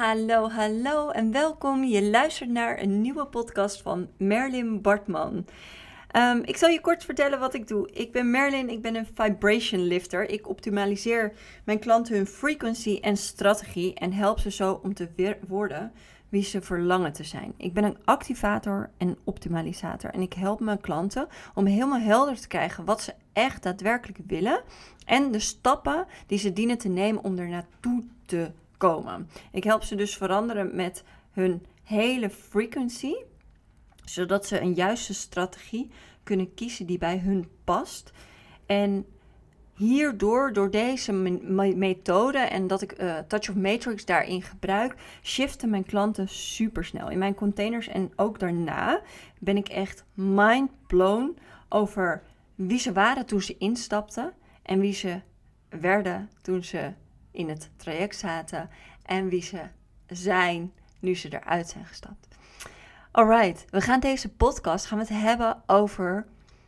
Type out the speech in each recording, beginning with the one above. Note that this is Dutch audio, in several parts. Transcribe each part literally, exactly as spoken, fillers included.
Hallo, hallo en welkom. Je luistert naar een nieuwe podcast van Merlin Bartman. Um, ik zal je kort vertellen wat ik doe. Ik ben Merlin, ik ben een vibration lifter. Ik optimaliseer mijn klanten hun frequency en strategie en help ze zo om te weer worden wie ze verlangen te zijn. Ik ben een activator en optimalisator en ik help mijn klanten om helemaal helder te krijgen wat ze echt daadwerkelijk willen en de stappen die ze dienen te nemen om er naartoe te komen. Ik help ze dus veranderen met hun hele frequency, zodat ze een juiste strategie kunnen kiezen die bij hun past. En hierdoor, door deze me- methode en dat ik uh, Touch of Matrix daarin gebruik, shiften mijn klanten supersnel. In mijn containers en ook daarna ben ik echt mind blown over wie ze waren toen ze instapten en wie ze werden toen ze in het traject zaten en wie ze zijn nu ze eruit zijn gestapt. Alright, we gaan deze podcast gaan we het hebben over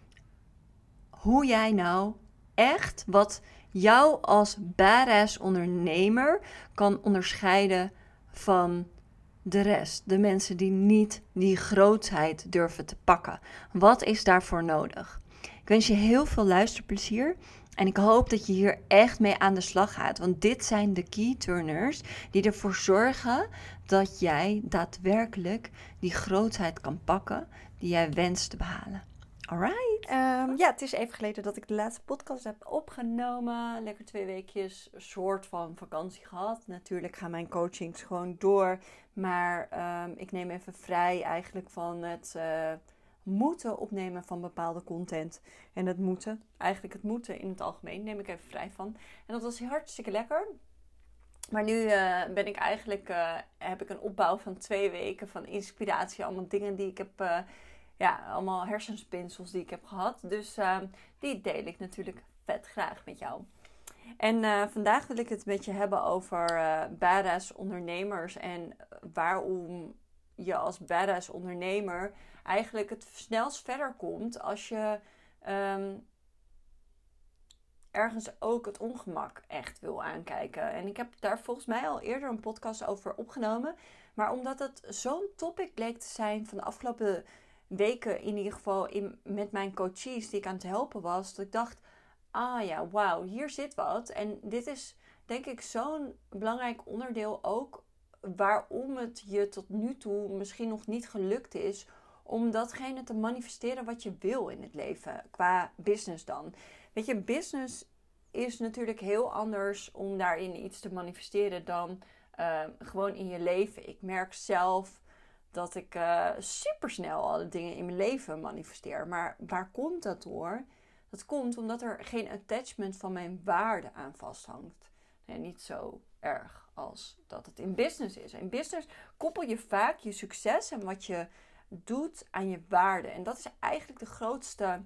hoe jij nou echt wat jou als badass ondernemer kan onderscheiden van de rest. De mensen die niet die grootheid durven te pakken. Wat is daarvoor nodig? Ik wens je heel veel luisterplezier. En ik hoop dat je hier echt mee aan de slag gaat. Want dit zijn de key turners die ervoor zorgen dat jij daadwerkelijk die grootheid kan pakken die jij wenst te behalen. Alright. Um, ja, het is even geleden dat ik de laatste podcast heb opgenomen. Lekker twee weekjes, een soort van vakantie gehad. Natuurlijk gaan mijn coachings gewoon door. Maar um, ik neem even vrij eigenlijk van het uh, moeten opnemen van bepaalde content. En het moeten, eigenlijk het moeten in het algemeen, neem ik even vrij van. En dat was hartstikke lekker. Maar nu uh, ben ik eigenlijk, uh, heb ik een opbouw van twee weken van inspiratie. Allemaal dingen die ik heb... Uh, Ja, allemaal hersenspinsels die ik heb gehad. Dus uh, die deel ik natuurlijk vet graag met jou. En uh, vandaag wil ik het met je hebben over uh, badass ondernemers. En waarom je als badass ondernemer eigenlijk het snelst verder komt als je um, ergens ook het ongemak echt wil aankijken. En ik heb daar volgens mij al eerder een podcast over opgenomen. Maar omdat het zo'n topic bleek te zijn van de afgelopen weken in ieder geval in, met mijn coaches die ik aan het helpen was, dat ik dacht, ah ja, wauw, hier zit wat. En dit is denk ik zo'n belangrijk onderdeel ook waarom het je tot nu toe misschien nog niet gelukt is om datgene te manifesteren wat je wil in het leven, qua business dan. Weet je, business is natuurlijk heel anders om daarin iets te manifesteren dan uh, gewoon in je leven. Ik merk zelf dat ik uh, supersnel alle dingen in mijn leven manifesteer. Maar waar komt dat door? Dat komt omdat er geen attachment van mijn waarde aan vasthangt. Nee, niet zo erg als dat het in business is. In business koppel je vaak je succes en wat je doet aan je waarde. En dat is eigenlijk de grootste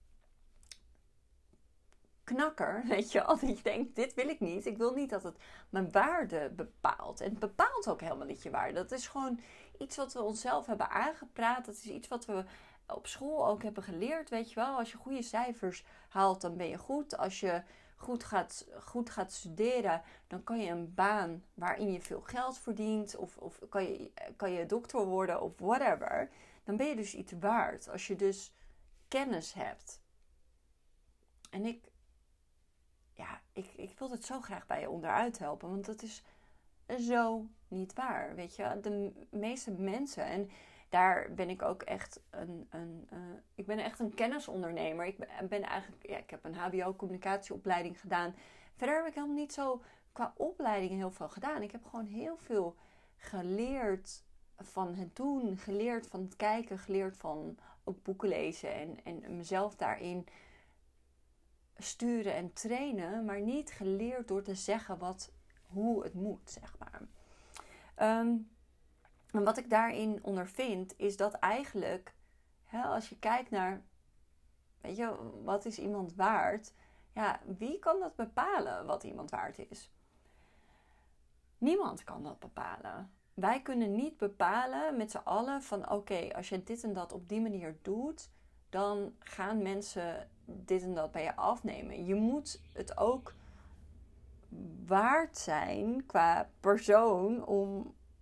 knakker, weet je, als je denkt, dit wil ik niet. Ik wil niet dat het mijn waarde bepaalt. En het bepaalt ook helemaal niet je waarde. Dat is gewoon iets wat we onszelf hebben aangepraat. Dat is iets wat we op school ook hebben geleerd, weet je wel. Als je goede cijfers haalt, dan ben je goed. Als je goed gaat, goed gaat studeren, dan kan je een baan waarin je veel geld verdient. Of, of kan je, kan je dokter worden of whatever. Dan ben je dus iets waard. Als je dus kennis hebt. En ik... Ja, ik, ik wil het zo graag bij je onderuit helpen. Want dat is zo niet waar, weet je. De meeste mensen, en daar ben ik ook echt een... een uh, ik ben echt een kennisondernemer. Ik ben, ben eigenlijk... Ja, ik heb een H B O-communicatieopleiding gedaan. Verder heb ik helemaal niet zo qua opleiding heel veel gedaan. Ik heb gewoon heel veel geleerd van het doen. Geleerd van het kijken. Geleerd van ook boeken lezen. En, en mezelf daarin sturen en trainen, maar niet geleerd door te zeggen wat, hoe het moet, zeg maar. Um, en wat ik daarin ondervind, is dat eigenlijk, hè, als je kijkt naar, weet je, wat is iemand waard? Ja, wie kan dat bepalen, wat iemand waard is? Niemand kan dat bepalen. Wij kunnen niet bepalen met z'n allen van, oké, okay, als je dit en dat op die manier doet, dan gaan mensen dit en dat bij je afnemen. Je moet het ook waard zijn qua persoon om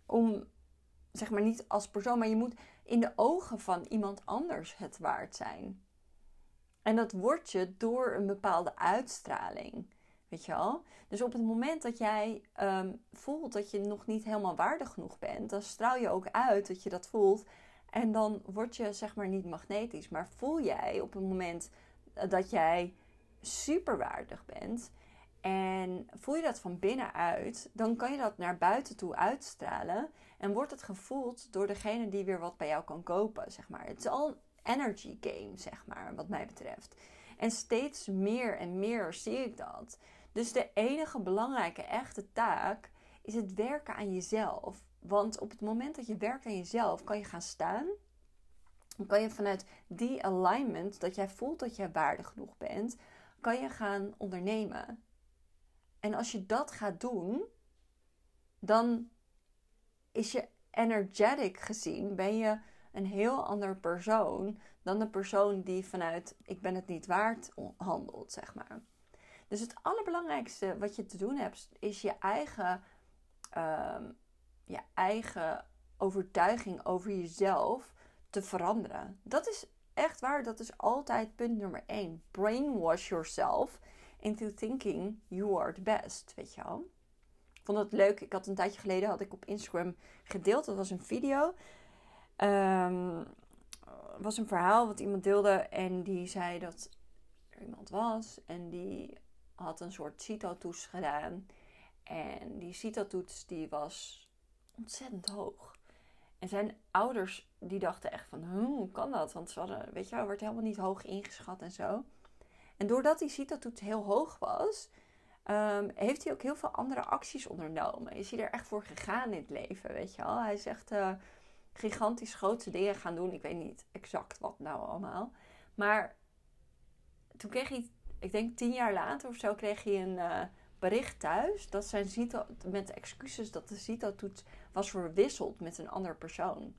om, zeg maar niet als persoon, maar je moet in de ogen van iemand anders het waard zijn. En dat word je door een bepaalde uitstraling. Weet je wel? Dus op het moment dat jij um, voelt dat je nog niet helemaal waardig genoeg bent, dan straal je ook uit dat je dat voelt. En dan word je zeg maar niet magnetisch. Maar voel jij op het moment dat jij super waardig bent en voel je dat van binnenuit, dan kan je dat naar buiten toe uitstralen. En wordt het gevoeld door degene die weer wat bij jou kan kopen, zeg maar. Het is al een energy game, zeg maar, wat mij betreft. En steeds meer en meer zie ik dat. Dus de enige belangrijke echte taak is het werken aan jezelf. Want op het moment dat je werkt aan jezelf, kan je gaan staan. Dan kan je vanuit die alignment, dat jij voelt dat jij waardig genoeg bent, kan je gaan ondernemen. En als je dat gaat doen, dan is je energetic gezien, ben je een heel ander persoon dan de persoon die vanuit ik ben het niet waard handelt, zeg maar. Dus het allerbelangrijkste wat je te doen hebt, is je eigen, um, je eigen overtuiging over jezelf te veranderen. Dat is echt waar, dat is altijd punt nummer één. Brainwash yourself into thinking you are the best, weet je wel. Ik vond het leuk, ik had een tijdje geleden, had ik op Instagram gedeeld, dat was een video. Um, was een verhaal wat iemand deelde en die zei dat er iemand was en die had een soort CITO-toets gedaan. En die CITO-toets die was ontzettend hoog. En zijn ouders die dachten echt van, hoe kan dat? Want ze hadden, weet je wel, werd helemaal niet hoog ingeschat en zo. En doordat die CITO-toets heel hoog was, um, heeft hij ook heel veel andere acties ondernomen. Is hij er echt voor gegaan in het leven, weet je wel. Hij is echt uh, gigantisch grootse dingen gaan doen. Ik weet niet exact wat nou allemaal. Maar toen kreeg hij, ik denk tien jaar later of zo, kreeg hij een uh, bericht thuis dat zijn CITO, met de excuses dat de CITO-toets was verwisseld met een andere persoon.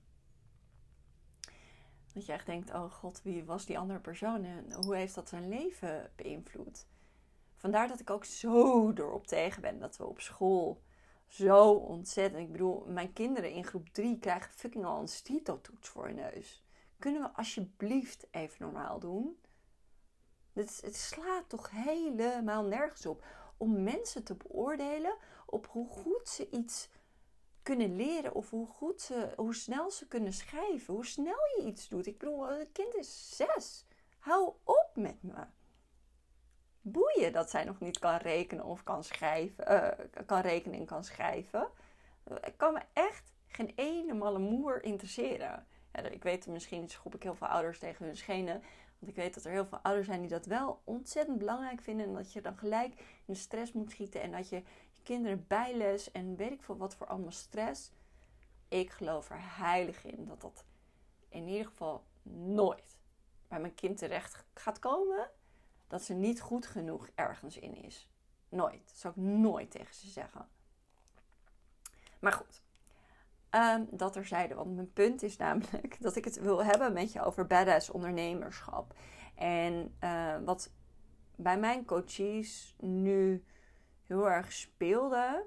Dat je echt denkt, oh god, wie was die andere persoon en hoe heeft dat zijn leven beïnvloed? Vandaar dat ik ook zo erop tegen ben dat we op school zo ontzettend... Ik bedoel, mijn kinderen in groep drie krijgen fucking al een CITO-toets voor hun neus. Kunnen we alsjeblieft even normaal doen? Het, het slaat toch helemaal nergens op om mensen te beoordelen op hoe goed ze iets kunnen leren of hoe, goed ze, hoe snel ze kunnen schrijven, hoe snel je iets doet. Ik bedoel, het kind is zes. Hou op met me. Boeien dat zij nog niet kan rekenen of kan schrijven, uh, kan rekenen en kan schrijven. Ik kan me echt geen ene malle moer interesseren. Ja, ik weet, misschien schop ik heel veel ouders tegen hun schenen. Want ik weet dat er heel veel ouders zijn die dat wel ontzettend belangrijk vinden. En dat je dan gelijk in de stress moet schieten. En dat je je kinderen bijles en weet ik veel wat voor allemaal stress. Ik geloof er heilig in dat dat in ieder geval nooit bij mijn kind terecht gaat komen. Dat ze niet goed genoeg ergens in is. Nooit. Dat zou ik nooit tegen ze zeggen. Maar goed. Um, dat terzijde. Want mijn punt is namelijk dat ik het wil hebben met je over badass ondernemerschap. En uh, wat bij mijn coaches nu heel erg speelde,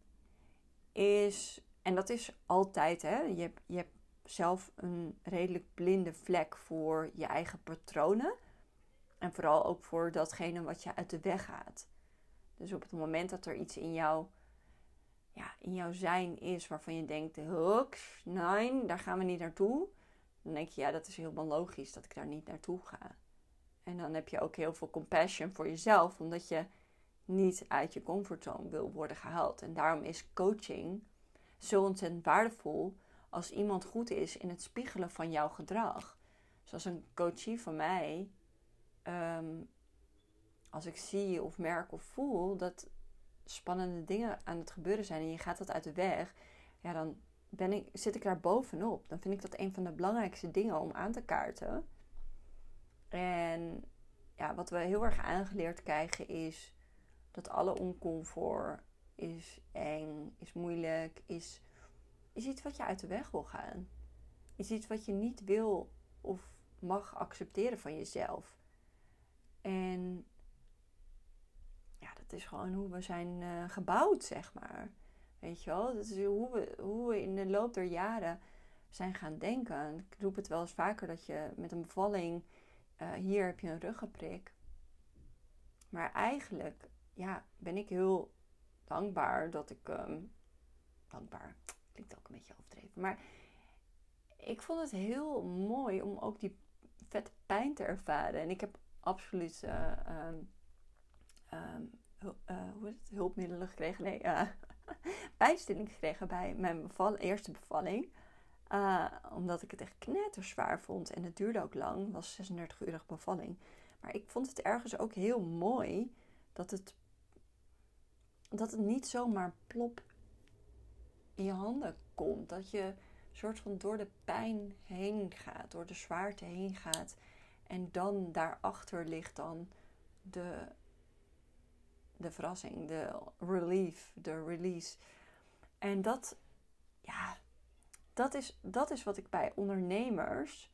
is, en dat is altijd, hè, je hebt, je hebt zelf een redelijk blinde vlek voor je eigen patronen. En vooral ook voor datgene wat je uit de weg gaat. Dus op het moment dat er iets in jou, ja, in jouw zijn is waarvan je denkt, huks, nee, daar gaan we niet naartoe. Dan denk je, ja, dat is helemaal logisch dat ik daar niet naartoe ga. En dan heb je ook heel veel compassion voor jezelf, omdat je niet uit je comfortzone wil worden gehaald. En daarom is coaching zo ontzettend waardevol als iemand goed is in het spiegelen van jouw gedrag. Zoals een coachie van mij, um, als ik zie of merk of voel dat spannende dingen aan het gebeuren zijn en je gaat dat uit de weg, ja, dan ben ik, zit ik daar bovenop. Dan vind ik dat een van de belangrijkste dingen om aan te kaarten. En ja, wat we heel erg aangeleerd krijgen is dat alle oncomfort is eng, is moeilijk, is, is iets wat je uit de weg wil gaan. Is iets wat je niet wil of mag accepteren van jezelf. En ja, dat is gewoon hoe we zijn uh, gebouwd, zeg maar. Weet je wel? Dat is hoe we, hoe we in de loop der jaren zijn gaan denken. Ik roep het wel eens vaker dat je met een bevalling... Uh, hier heb je een ruggenprik. Maar eigenlijk ja, ben ik heel dankbaar dat ik... Um, dankbaar, klinkt ook een beetje overdreven. Maar ik vond het heel mooi om ook die vette pijn te ervaren. En ik heb absoluut... Uh, um, um, uh, hoe is het? Hulpmiddelen gekregen. Nee, uh, pijnstilling gekregen bij mijn beval- eerste bevalling. Uh, omdat ik het echt knetterzwaar vond. En het duurde ook lang. Het was een zesendertig-urige bevalling. Maar ik vond het ergens ook heel mooi dat het, dat het niet zomaar plop in je handen komt. Dat je soort van door de pijn heen gaat. Door de zwaarte heen gaat. En dan daarachter ligt dan de, de verrassing. De relief. De release. En dat... Ja... Dat is, dat is wat ik bij ondernemers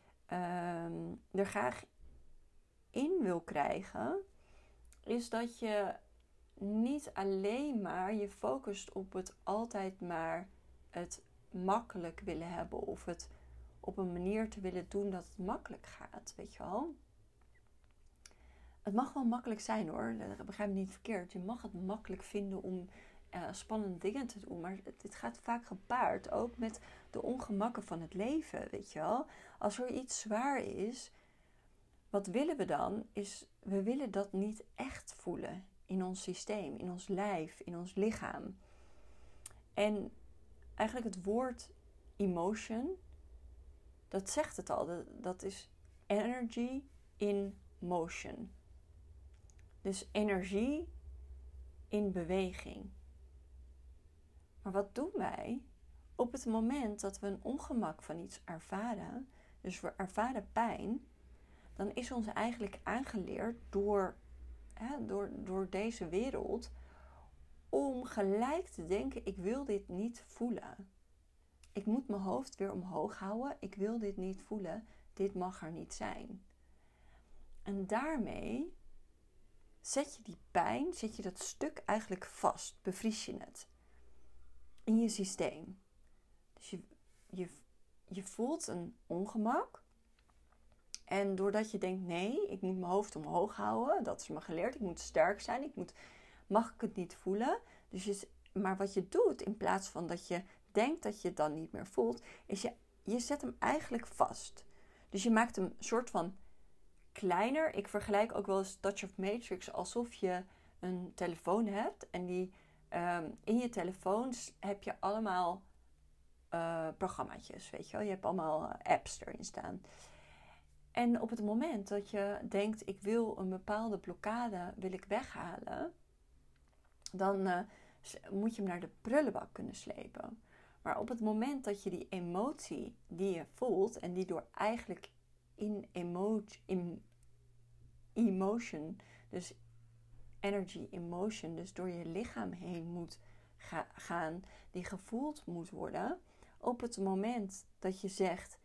um, er graag in wil krijgen. Is dat je niet alleen maar je focust op het altijd maar het makkelijk willen hebben. Of het op een manier te willen doen dat het makkelijk gaat. Weet je wel? Het mag wel makkelijk zijn hoor. Begrijp me niet verkeerd. Je mag het makkelijk vinden om... Uh, spannende dingen te doen. Maar het, het gaat vaak gepaard ook met de ongemakken van het leven, weet je wel. Als er iets zwaar is, wat willen we dan? Is, we willen dat niet echt voelen in ons systeem, in ons lijf, in ons lichaam. En eigenlijk het woord emotion, dat zegt het al. Dat, dat is energy in motion. Dus energie in beweging. Maar wat doen wij op het moment dat we een ongemak van iets ervaren, dus we ervaren pijn, dan is ons eigenlijk aangeleerd door, hè, door, door deze wereld om gelijk te denken, ik wil dit niet voelen. Ik moet mijn hoofd weer omhoog houden, ik wil dit niet voelen, dit mag er niet zijn. En daarmee zet je die pijn, zet je dat stuk eigenlijk vast, bevries je het. In je systeem. Dus je, je, je voelt een ongemak. En doordat je denkt, nee, ik moet mijn hoofd omhoog houden. Dat is me geleerd. Ik moet sterk zijn. Ik moet, mag ik het niet voelen. Dus je, maar wat je doet, in plaats van dat je denkt dat je het dan niet meer voelt, is je, je zet hem eigenlijk vast. Dus je maakt hem een soort van kleiner. Ik vergelijk ook wel eens Touch of Matrix alsof je een telefoon hebt. En die... Um, in je telefoons heb je allemaal uh, programmaatjes, weet je wel. Je hebt allemaal uh, apps erin staan. En op het moment dat je denkt, ik wil een bepaalde blokkade wil ik weghalen, dan uh, moet je hem naar de prullenbak kunnen slepen. Maar op het moment dat je die emotie die je voelt en die door eigenlijk in, emo- in emotion, dus energy in motion, dus door je lichaam heen moet ga- gaan, die gevoeld moet worden. Op het moment dat je zegt,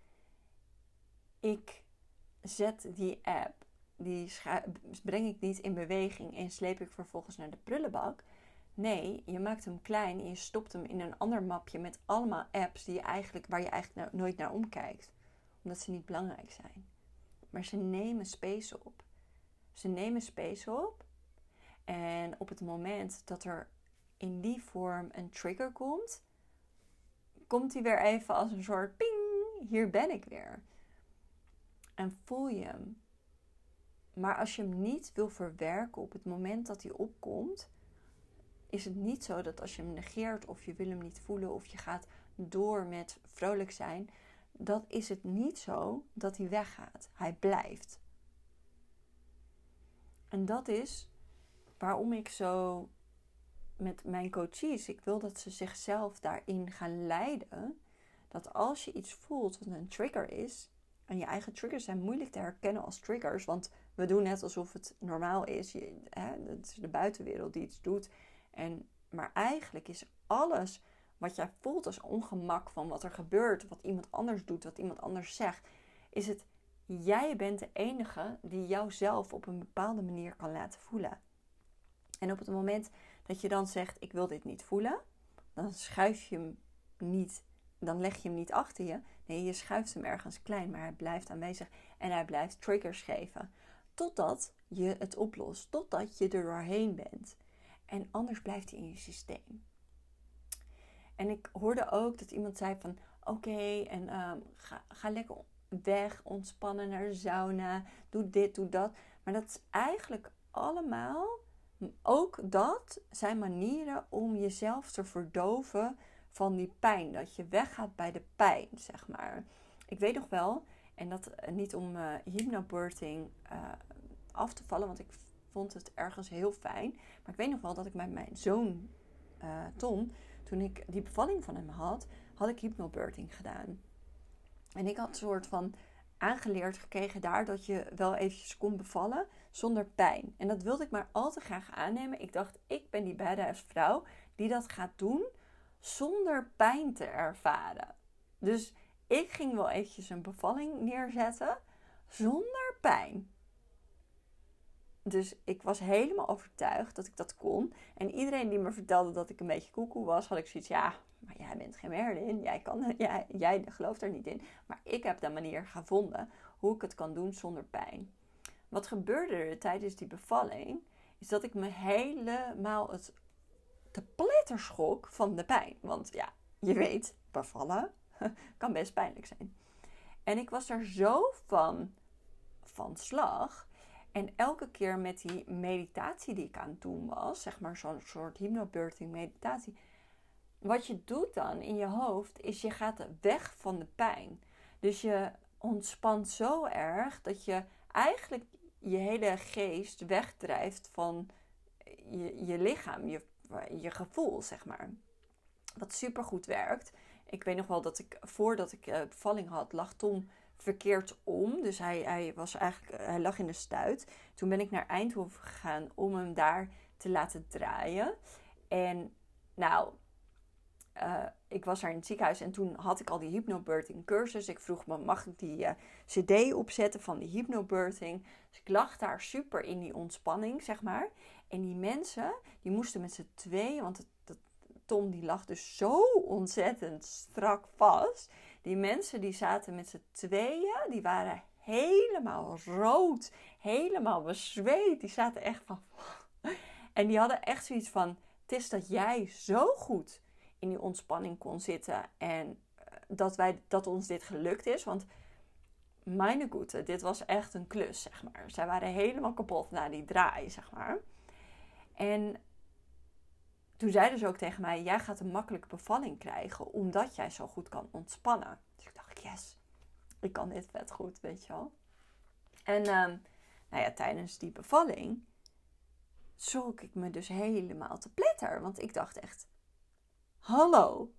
ik zet die app, die scha- breng ik niet in beweging en sleep ik vervolgens naar de prullenbak. Nee, je maakt hem klein en je stopt hem in een ander mapje met allemaal apps die je eigenlijk, waar je eigenlijk nou nooit naar omkijkt. Omdat ze niet belangrijk zijn. Maar ze nemen space op. Ze nemen space op. En op het moment dat er in die vorm een trigger komt, komt die weer even als een soort ping, hier ben ik weer. En voel je hem. Maar als je hem niet wil verwerken op het moment dat hij opkomt, is het niet zo dat als je hem negeert of je wil hem niet voelen of je gaat door met vrolijk zijn, dat is het niet zo dat hij weggaat. Hij blijft. En dat is waarom ik zo met mijn coaches, ik wil dat ze zichzelf daarin gaan leiden. Dat als je iets voelt wat een trigger is, en je eigen triggers zijn moeilijk te herkennen als triggers, want we doen net alsof het normaal is. Je, hè, het is de buitenwereld die iets doet. En, maar eigenlijk is alles wat jij voelt als ongemak van wat er gebeurt, wat iemand anders doet, wat iemand anders zegt, is het, jij bent de enige die jouzelf op een bepaalde manier kan laten voelen. En op het moment dat je dan zegt, ik wil dit niet voelen, dan schuif je hem niet, dan leg je hem niet achter je. Nee, je schuift hem ergens klein, maar hij blijft aanwezig en hij blijft triggers geven. Totdat je het oplost, totdat je er doorheen bent. En anders blijft hij in je systeem. En ik hoorde ook dat iemand zei van, oké, okay, en um, ga, ga lekker weg, ontspannen naar de sauna, doe dit, doe dat. Maar dat is eigenlijk allemaal, ook dat zijn manieren om jezelf te verdoven van die pijn. Dat je weggaat bij de pijn, zeg maar. Ik weet nog wel, en dat niet om uh, hypnobirthing uh, af te vallen, want ik vond het ergens heel fijn. Maar ik weet nog wel dat ik met mijn zoon uh, Tom, toen ik die bevalling van hem had, had ik hypnobirthing gedaan. En ik had een soort van aangeleerd gekregen daar dat je wel eventjes kon bevallen zonder pijn. En dat wilde ik maar al te graag aannemen. Ik dacht, ik ben die badass vrouw die dat gaat doen zonder pijn te ervaren. Dus ik ging wel eventjes een bevalling neerzetten zonder pijn. Dus ik was helemaal overtuigd dat ik dat kon. En iedereen die me vertelde dat ik een beetje koekoe was, had ik zoiets, ja, maar jij bent geen Merlin. Jij, kan, jij, jij gelooft er niet in. Maar ik heb de manier gevonden hoe ik het kan doen zonder pijn. Wat gebeurde er tijdens die bevalling, is dat ik me helemaal het te pletter schrok van de pijn. Want ja, je weet, bevallen kan best pijnlijk zijn. En ik was er zo van, van slag. En elke keer met die meditatie die ik aan het doen was, zeg maar zo'n soort hypnobirthing meditatie. Wat je doet dan in je hoofd, is je gaat weg van de pijn. Dus je ontspant zo erg dat je eigenlijk je hele geest wegdrijft van je, je lichaam, je, je gevoel, zeg maar. Wat supergoed werkt. Ik weet nog wel dat ik, voordat ik uh, bevalling had, lag Tom verkeerd om. Dus hij, hij, was eigenlijk, hij lag in de stuit. Toen ben ik naar Eindhoven gegaan om hem daar te laten draaien. En nou, uh, ik was daar in het ziekenhuis en toen had ik al die hypnobirthing cursus. Ik vroeg me, mag ik die uh, cd opzetten van die hypnobirthing? Dus ik lag daar super in die ontspanning, zeg maar. En die mensen, die moesten met z'n tweeën, want het, het, Tom die lag dus zo ontzettend strak vast. Die mensen die zaten met z'n tweeën, die waren helemaal rood, helemaal bezweet. Die zaten echt van... En die hadden echt zoiets van, het is dat jij zo goed in die ontspanning kon zitten en dat, wij, dat ons dit gelukt is. Want mijn goede, dit was echt een klus, zeg maar. Zij waren helemaal kapot na die draai, zeg maar. En toen zeiden ze ook tegen mij, jij gaat een makkelijke bevalling krijgen, omdat jij zo goed kan ontspannen. Dus ik dacht, yes, ik kan dit vet goed, weet je wel. En um, nou ja, tijdens die bevalling schrok ik me dus helemaal te pletter. Want ik dacht echt, hallo.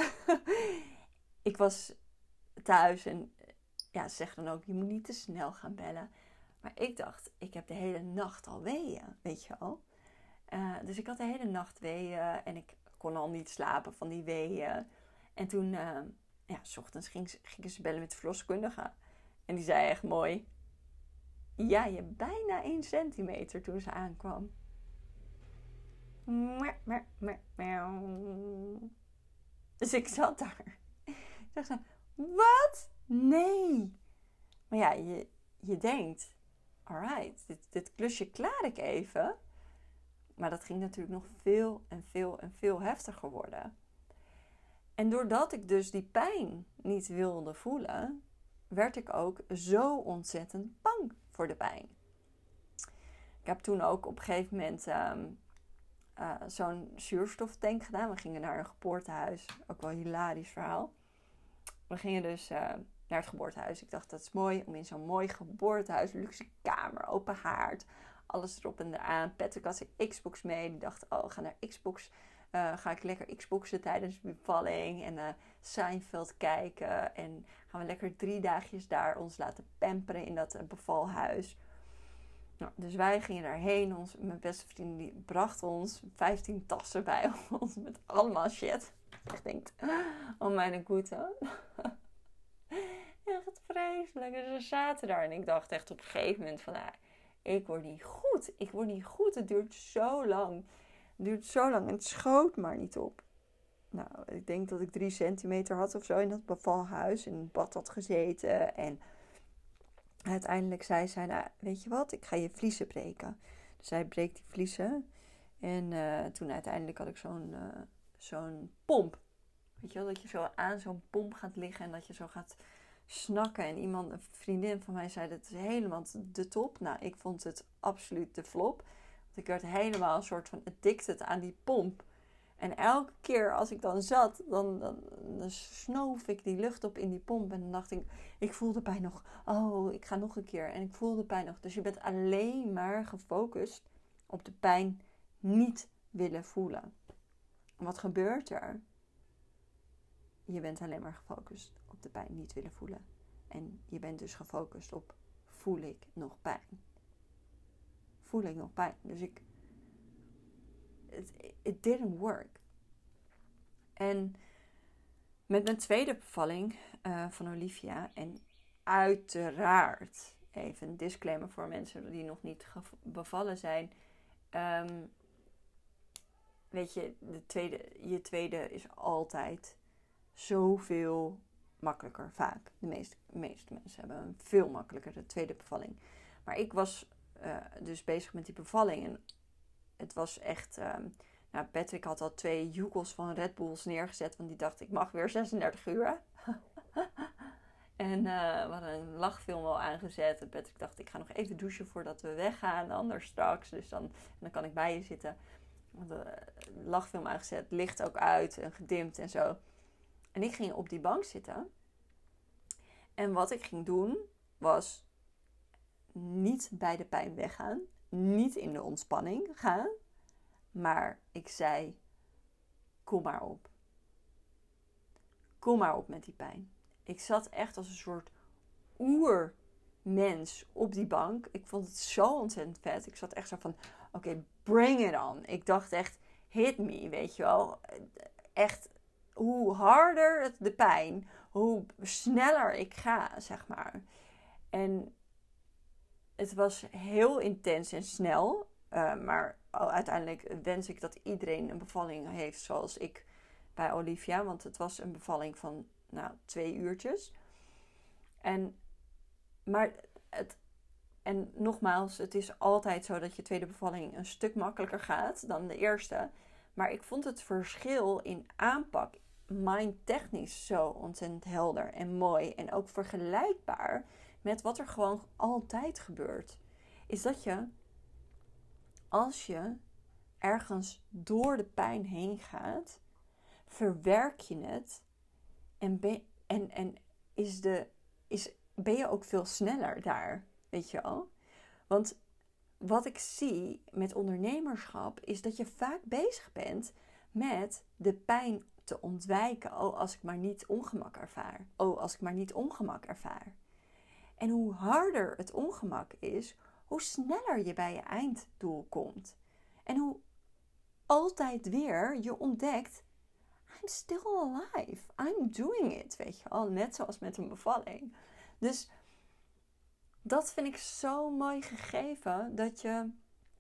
Ik was thuis en ja, ze zeggen dan ook, je moet niet te snel gaan bellen. Maar ik dacht, ik heb de hele nacht al weeën, weet je wel. Uh, dus ik had de hele nacht weeën en ik kon al niet slapen van die weeën. En toen, uh, ja, 's ochtends ging, gingen ze bellen met de verloskundige. En die zei echt mooi, ja, je bijna één centimeter toen ze aankwam. Dus ik zat daar. Ik dacht zo, wat? Nee. Maar ja, je, je denkt, alright, dit, dit klusje klaar ik even. Maar dat ging natuurlijk nog veel en veel en veel heftiger worden. En doordat ik dus die pijn niet wilde voelen, werd ik ook zo ontzettend bang voor de pijn. Ik heb toen ook op een gegeven moment um, uh, zo'n zuurstoftank gedaan. We gingen naar een geboortehuis. Ook wel een hilarisch verhaal. We gingen dus uh, naar het geboortehuis. Ik dacht, dat is mooi om in zo'n mooi geboortehuis, luxe kamer, open haard, alles erop en eraan. Patrick had zijn Xbox mee. Die dacht, oh, ga naar Xbox. Uh, ga ik lekker Xboxen tijdens de bevalling. En uh, Seinfeld kijken. En gaan we lekker drie dagjes daar ons laten pamperen in dat uh, bevalhuis. Nou, dus wij gingen daarheen. Ons, mijn beste vriendin die bracht ons vijftien tassen bij ons. Met allemaal shit. Ik denk, oh mijn goede. Echt vreselijk. Dus we zaten daar. En ik dacht echt op een gegeven moment van, ah, ik word niet goed. Ik word niet goed. Het duurt zo lang. Het duurt zo lang en het schoot maar niet op. nou, ik denk dat ik drie centimeter had of zo in dat bevalhuis. In het bad had gezeten. En uiteindelijk zei zij, nou, weet je wat, ik ga je vliezen breken. Dus zij breekt die vliezen. En uh, toen uiteindelijk had ik zo'n, uh, zo'n pomp. Weet je wel, dat je zo aan zo'n pomp gaat liggen en dat je zo gaat snakken. En iemand, een vriendin van mij zei, dat is helemaal de top. Nou, ik vond het absoluut de flop. Want ik werd helemaal een soort van addicted aan die pomp. En elke keer als ik dan zat, dan, dan, dan snoof ik die lucht op in die pomp. En dan dacht ik, ik voel de pijn nog. Oh, ik ga nog een keer. En ik voel de pijn nog. Dus je bent alleen maar gefocust op de pijn niet willen voelen. Wat gebeurt er? Je bent alleen maar gefocust op de pijn niet willen voelen. En je bent dus gefocust op, voel ik nog pijn? Voel ik nog pijn? Dus ik... It, it didn't work. En met mijn tweede bevalling uh, van Olivia, en uiteraard, even een disclaimer voor mensen die nog niet bevallen zijn. Um, weet je, de tweede, je tweede is altijd zoveel makkelijker, vaak. De meeste, meeste mensen hebben een veel makkelijker de tweede bevalling. Maar ik was uh, dus bezig met die bevalling en het was echt... Um, nou, Patrick had al twee joekels van Red Bulls neergezet, want die dacht, ik mag weer zesendertig uur. en uh, we hadden een lachfilm al aangezet. En Patrick dacht, ik ga nog even douchen voordat we weggaan, anders straks. Dus dan, dan kan ik bij je zitten. De lachfilm aangezet, licht ook uit en gedimd en zo. En ik ging op die bank zitten. En wat ik ging doen, was niet bij de pijn weggaan. Niet in de ontspanning gaan. Maar ik zei, kom maar op. Kom maar op met die pijn. Ik zat echt als een soort oermens op die bank. Ik vond het zo ontzettend vet. Ik zat echt zo van, oké, okay, bring it on. Ik dacht echt, hit me, weet je wel. Echt, hoe harder het de pijn, hoe sneller ik ga, zeg maar. En het was heel intens en snel. Uh, maar uiteindelijk wens ik dat iedereen een bevalling heeft zoals ik bij Olivia. Want het was een bevalling van nou, twee uurtjes. En, maar het, en nogmaals, het is altijd zo dat je tweede bevalling een stuk makkelijker gaat dan de eerste. Maar ik vond het verschil in aanpak mindtechnisch zo ontzettend helder en mooi. En ook vergelijkbaar met wat er gewoon altijd gebeurt. Is dat je... Als je ergens door de pijn heen gaat, verwerk je het en ben, en, en is de, is, ben je ook veel sneller daar, weet je wel? Want wat ik zie met ondernemerschap is dat je vaak bezig bent met de pijn te ontwijken. Oh, als ik maar niet ongemak ervaar. Oh, als ik maar niet ongemak ervaar. En hoe harder het ongemak is, hoe sneller je bij je einddoel komt. En hoe altijd weer je ontdekt, I'm still alive. I'm doing it, weet je al. Net zoals met een bevalling. Dus dat vind ik zo mooi gegeven, dat je,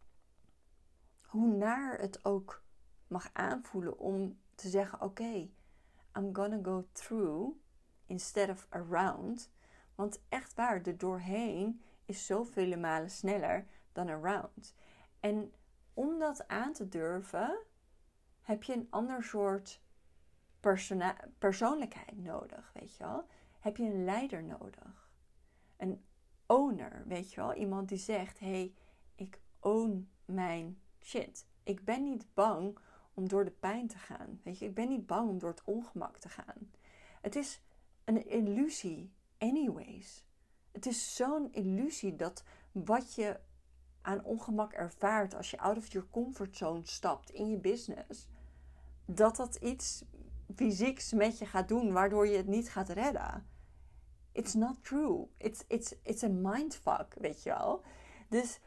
hoe naar het ook mag aanvoelen, om te zeggen, oké, okay, I'm gonna go through instead of around. Want echt waar, er doorheen is zoveel malen sneller dan around. En om dat aan te durven, heb je een ander soort persona- persoonlijkheid nodig, weet je wel. Heb je een leider nodig. Een owner, weet je wel. Iemand die zegt, hey, ik own mijn shit. Ik ben niet bang om door de pijn te gaan. Weet je, ik ben niet bang om door het ongemak te gaan. Het is een illusie anyways. Het is zo'n illusie dat wat je aan ongemak ervaart als je out of your comfort zone stapt in je business, dat dat iets fysieks met je gaat doen waardoor je het niet gaat redden. It's not true. It's, it's, it's a mindfuck, weet je wel. Dus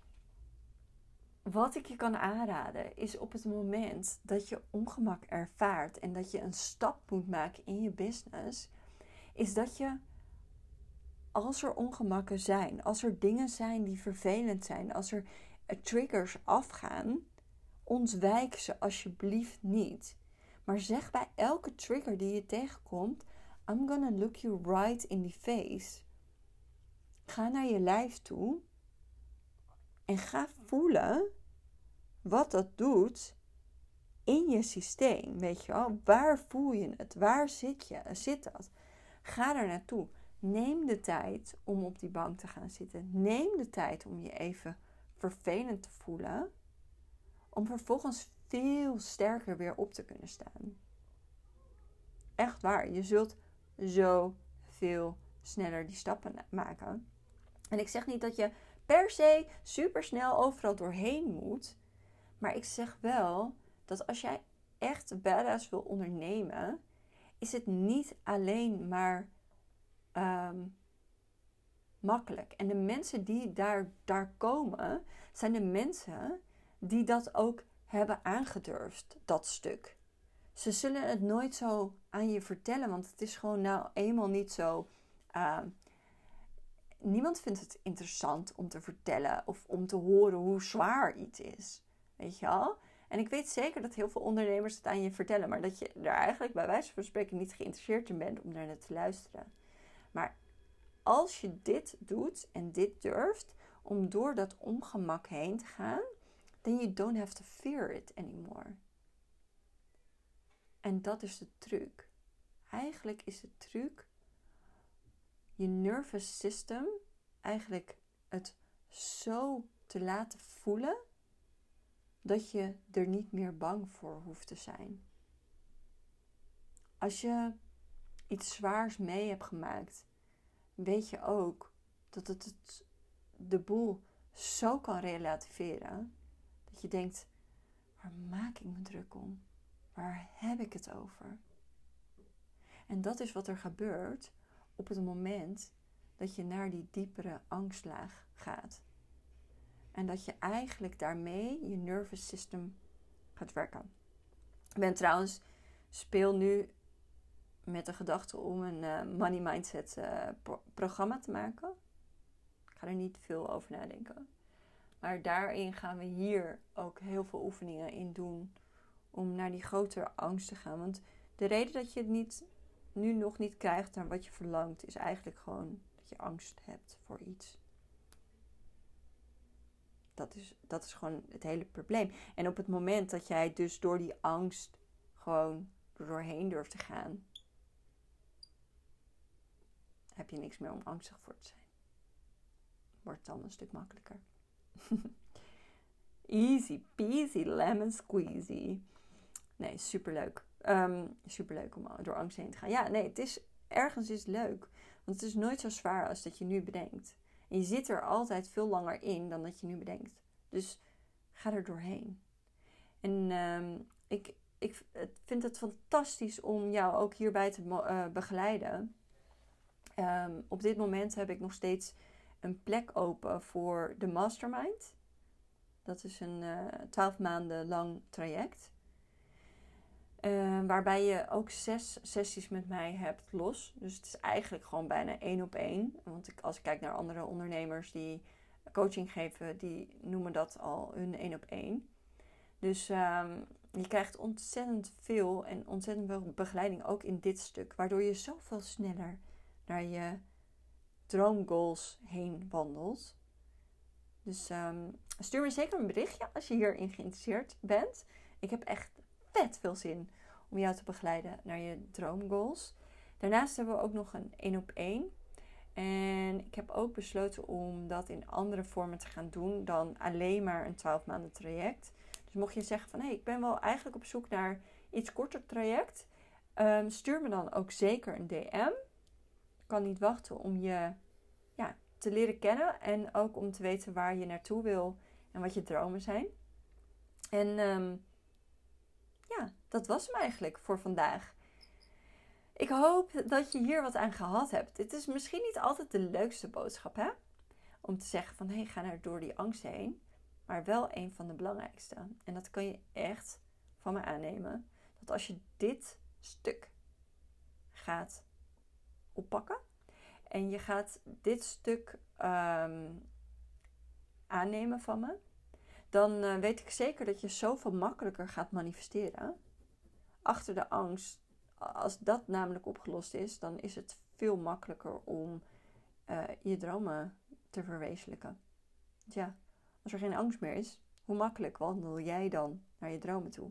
wat ik je kan aanraden is op het moment dat je ongemak ervaart en dat je een stap moet maken in je business, is dat je, als er ongemakken zijn, als er dingen zijn die vervelend zijn, als er triggers afgaan, ontwijk ze alsjeblieft niet. Maar zeg bij elke trigger die je tegenkomt, I'm gonna look you right in the face. Ga naar je lijf toe en ga voelen wat dat doet in je systeem. Weet je wel, waar voel je het? Waar zit je? Zit dat? Ga er naartoe. Neem de tijd om op die bank te gaan zitten. Neem de tijd om je even vervelend te voelen. Om vervolgens veel sterker weer op te kunnen staan. Echt waar. Je zult zo veel sneller die stappen maken. En ik zeg niet dat je per se super snel overal doorheen moet. Maar ik zeg wel dat als jij echt badass wil ondernemen, is het niet alleen maar um, makkelijk. En de mensen die daar, daar komen, zijn de mensen die dat ook hebben aangedurfd, dat stuk. Ze zullen het nooit zo aan je vertellen, want het is gewoon nou eenmaal niet zo. Uh, niemand vindt het interessant om te vertellen of om te horen hoe zwaar iets is. Weet je wel? En ik weet zeker dat heel veel ondernemers het aan je vertellen, maar dat je er eigenlijk bij wijze van spreken niet geïnteresseerd in bent om naar het te luisteren. Maar als je dit doet en dit durft, om door dat ongemak heen te gaan, then you don't have to fear it anymore. En dat is de truc. Eigenlijk is de truc je nervous system eigenlijk het zo te laten voelen dat je er niet meer bang voor hoeft te zijn. Als je iets zwaars mee hebt gemaakt, weet je ook dat het, het de boel zo kan relativeren dat je denkt, waar maak ik me druk om? Waar heb ik het over? En dat is wat er gebeurt op het moment dat je naar die diepere angstlaag gaat. En dat je eigenlijk daarmee je nervous system gaat werken. Ik ben trouwens, speel nu met de gedachte om een uh, money mindset uh, pro- programma te maken. Ik ga er niet veel over nadenken. Maar daarin gaan we hier ook heel veel oefeningen in doen om naar die grotere angst te gaan. Want de reden dat je het niet, nu nog niet krijgt naar wat je verlangt, is eigenlijk gewoon dat je angst hebt voor iets. Dat is, dat is gewoon het hele probleem. En op het moment dat jij dus door die angst gewoon er doorheen durft te gaan, heb je niks meer om angstig voor te zijn. Wordt het dan een stuk makkelijker. Easy peasy lemon squeezy. Nee, superleuk. Um, superleuk om door angst heen te gaan. Ja, nee, het is, ergens is het leuk. Want het is nooit zo zwaar als dat je nu bedenkt. En je zit er altijd veel langer in dan dat je nu bedenkt. Dus ga er doorheen. En um, ik, ik vind het fantastisch om jou ook hierbij te uh, begeleiden. Um, op dit moment heb ik nog steeds een plek open voor de Mastermind. Dat is een uh, twaalf maanden lang traject. Uh, waarbij je ook zes sessies met mij hebt los. Dus het is eigenlijk gewoon bijna één op één. Want ik, als ik kijk naar andere ondernemers die coaching geven, die noemen dat al hun één op één. Dus um, je krijgt ontzettend veel en ontzettend veel begeleiding ook in dit stuk. Waardoor je zoveel sneller naar je droomgoals heen wandelt. Dus um, stuur me zeker een berichtje als je hierin geïnteresseerd bent. Ik heb echt vet veel zin om jou te begeleiden naar je droomgoals. Daarnaast hebben we ook nog een één op één. En ik heb ook besloten om dat in andere vormen te gaan doen dan alleen maar een twaalf maanden traject. Dus mocht je zeggen van hé, hey, ik ben wel eigenlijk op zoek naar iets korter traject. Um, stuur me dan ook zeker een D M. Ik kan niet wachten om je ja, te leren kennen. En ook om te weten waar je naartoe wil en wat je dromen zijn. En um, ja, dat was hem eigenlijk voor vandaag. Ik hoop dat je hier wat aan gehad hebt. Dit is misschien niet altijd de leukste boodschap, hè? Om te zeggen van, hé, hey, ga nou door die angst heen. Maar wel een van de belangrijkste. En dat kan je echt van me aannemen. Dat als je dit stuk gaat oppakken. En je gaat dit stuk um, aannemen van me. Dan uh, weet ik zeker dat je zoveel makkelijker gaat manifesteren. achter de angst, als dat namelijk opgelost is, dan is het veel makkelijker om uh, je dromen te verwezenlijken. Dus ja, als er geen angst meer is, hoe makkelijk wandel jij dan naar je dromen toe?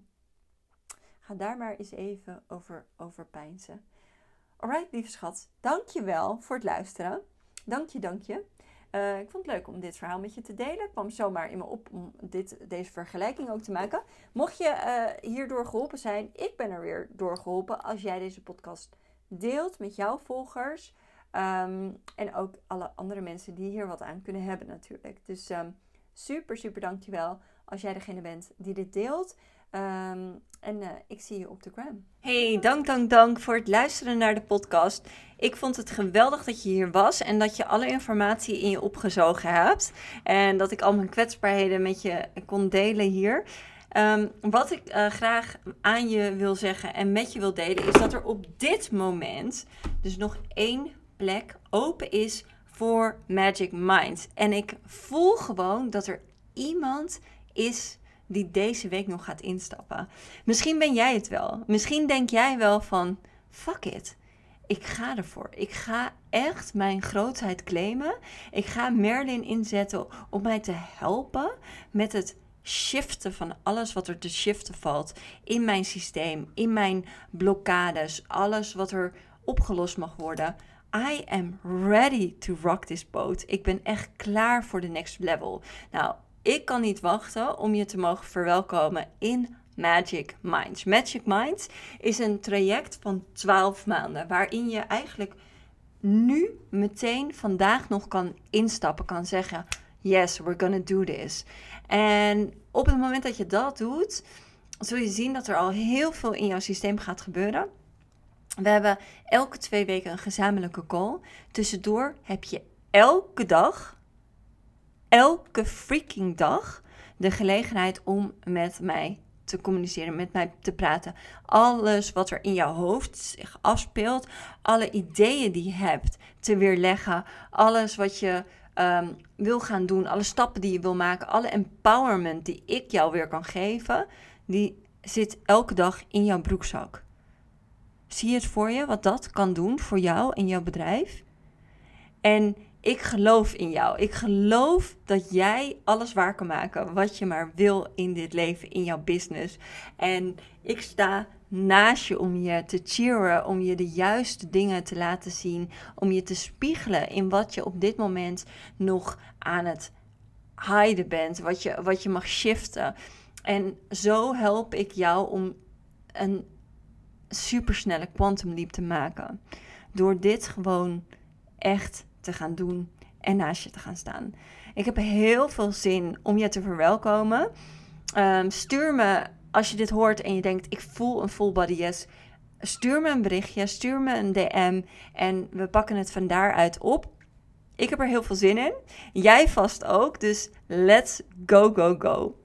Ga daar maar eens even over, over peinzen. Alright, lieve schat. Dank je wel voor het luisteren. Dank je, dank je. Uh, ik vond het leuk om dit verhaal met je te delen. Ik kwam zomaar in me op om dit, deze vergelijking ook te maken. Mocht je uh, hierdoor geholpen zijn, ik ben er weer door geholpen als jij deze podcast deelt met jouw volgers. Um, en ook alle andere mensen die hier wat aan kunnen hebben natuurlijk. Dus um, super, super dankjewel als jij degene bent die dit deelt. Um, en uh, ik zie je op de gram. Hey, dank, dank, dank voor het luisteren naar de podcast. Ik vond het geweldig dat je hier was en dat je alle informatie in je opgezogen hebt. En dat ik al mijn kwetsbaarheden met je kon delen hier. Um, wat ik uh, graag aan je wil zeggen en met je wil delen is dat er op dit moment dus nog één plek open is voor Magic Minds. En ik voel gewoon dat er iemand is die deze week nog gaat instappen. Misschien ben jij het wel. Misschien denk jij wel van, fuck it. Ik ga ervoor. Ik ga echt mijn grootheid claimen. Ik ga Merlin inzetten om mij te helpen met het shiften van alles wat er te shiften valt in mijn systeem, in mijn blokkades, alles wat er opgelost mag worden. I am ready to rock this boat. Ik ben echt klaar voor de next level. Nou, ik kan niet wachten om je te mogen verwelkomen in Magic Minds. Magic Minds is een traject van twaalf maanden waarin je eigenlijk nu meteen vandaag nog kan instappen, kan zeggen, yes, we're gonna do this. En op het moment dat je dat doet, zul je zien dat er al heel veel in jouw systeem gaat gebeuren. We hebben elke twee weken een gezamenlijke call. Tussendoor heb je elke dag, elke freaking dag, de gelegenheid om met mij te communiceren, met mij te praten. Alles wat er in jouw hoofd zich afspeelt, alle ideeën die je hebt te weerleggen, alles wat je um, wil gaan doen, alle stappen die je wil maken, alle empowerment die ik jou weer kan geven, die zit elke dag in jouw broekzak. Zie je het voor je, wat dat kan doen voor jou en jouw bedrijf? En ik geloof in jou. Ik geloof dat jij alles waar kan maken wat je maar wil in dit leven, in jouw business. En ik sta naast je om je te cheeren, om je de juiste dingen te laten zien, om je te spiegelen in wat je op dit moment nog aan het hiden bent, wat je, wat je mag shiften. En zo help ik jou om een supersnelle quantum leap te maken. Door dit gewoon echt te gaan doen en naast je te gaan staan. Ik heb heel veel zin om je te verwelkomen. Um, stuur me, als je dit hoort en je denkt, ik voel een full body yes, stuur me een berichtje, stuur me een D M en we pakken het van daaruit op. Ik heb er heel veel zin in. Jij vast ook, dus let's go, go, go.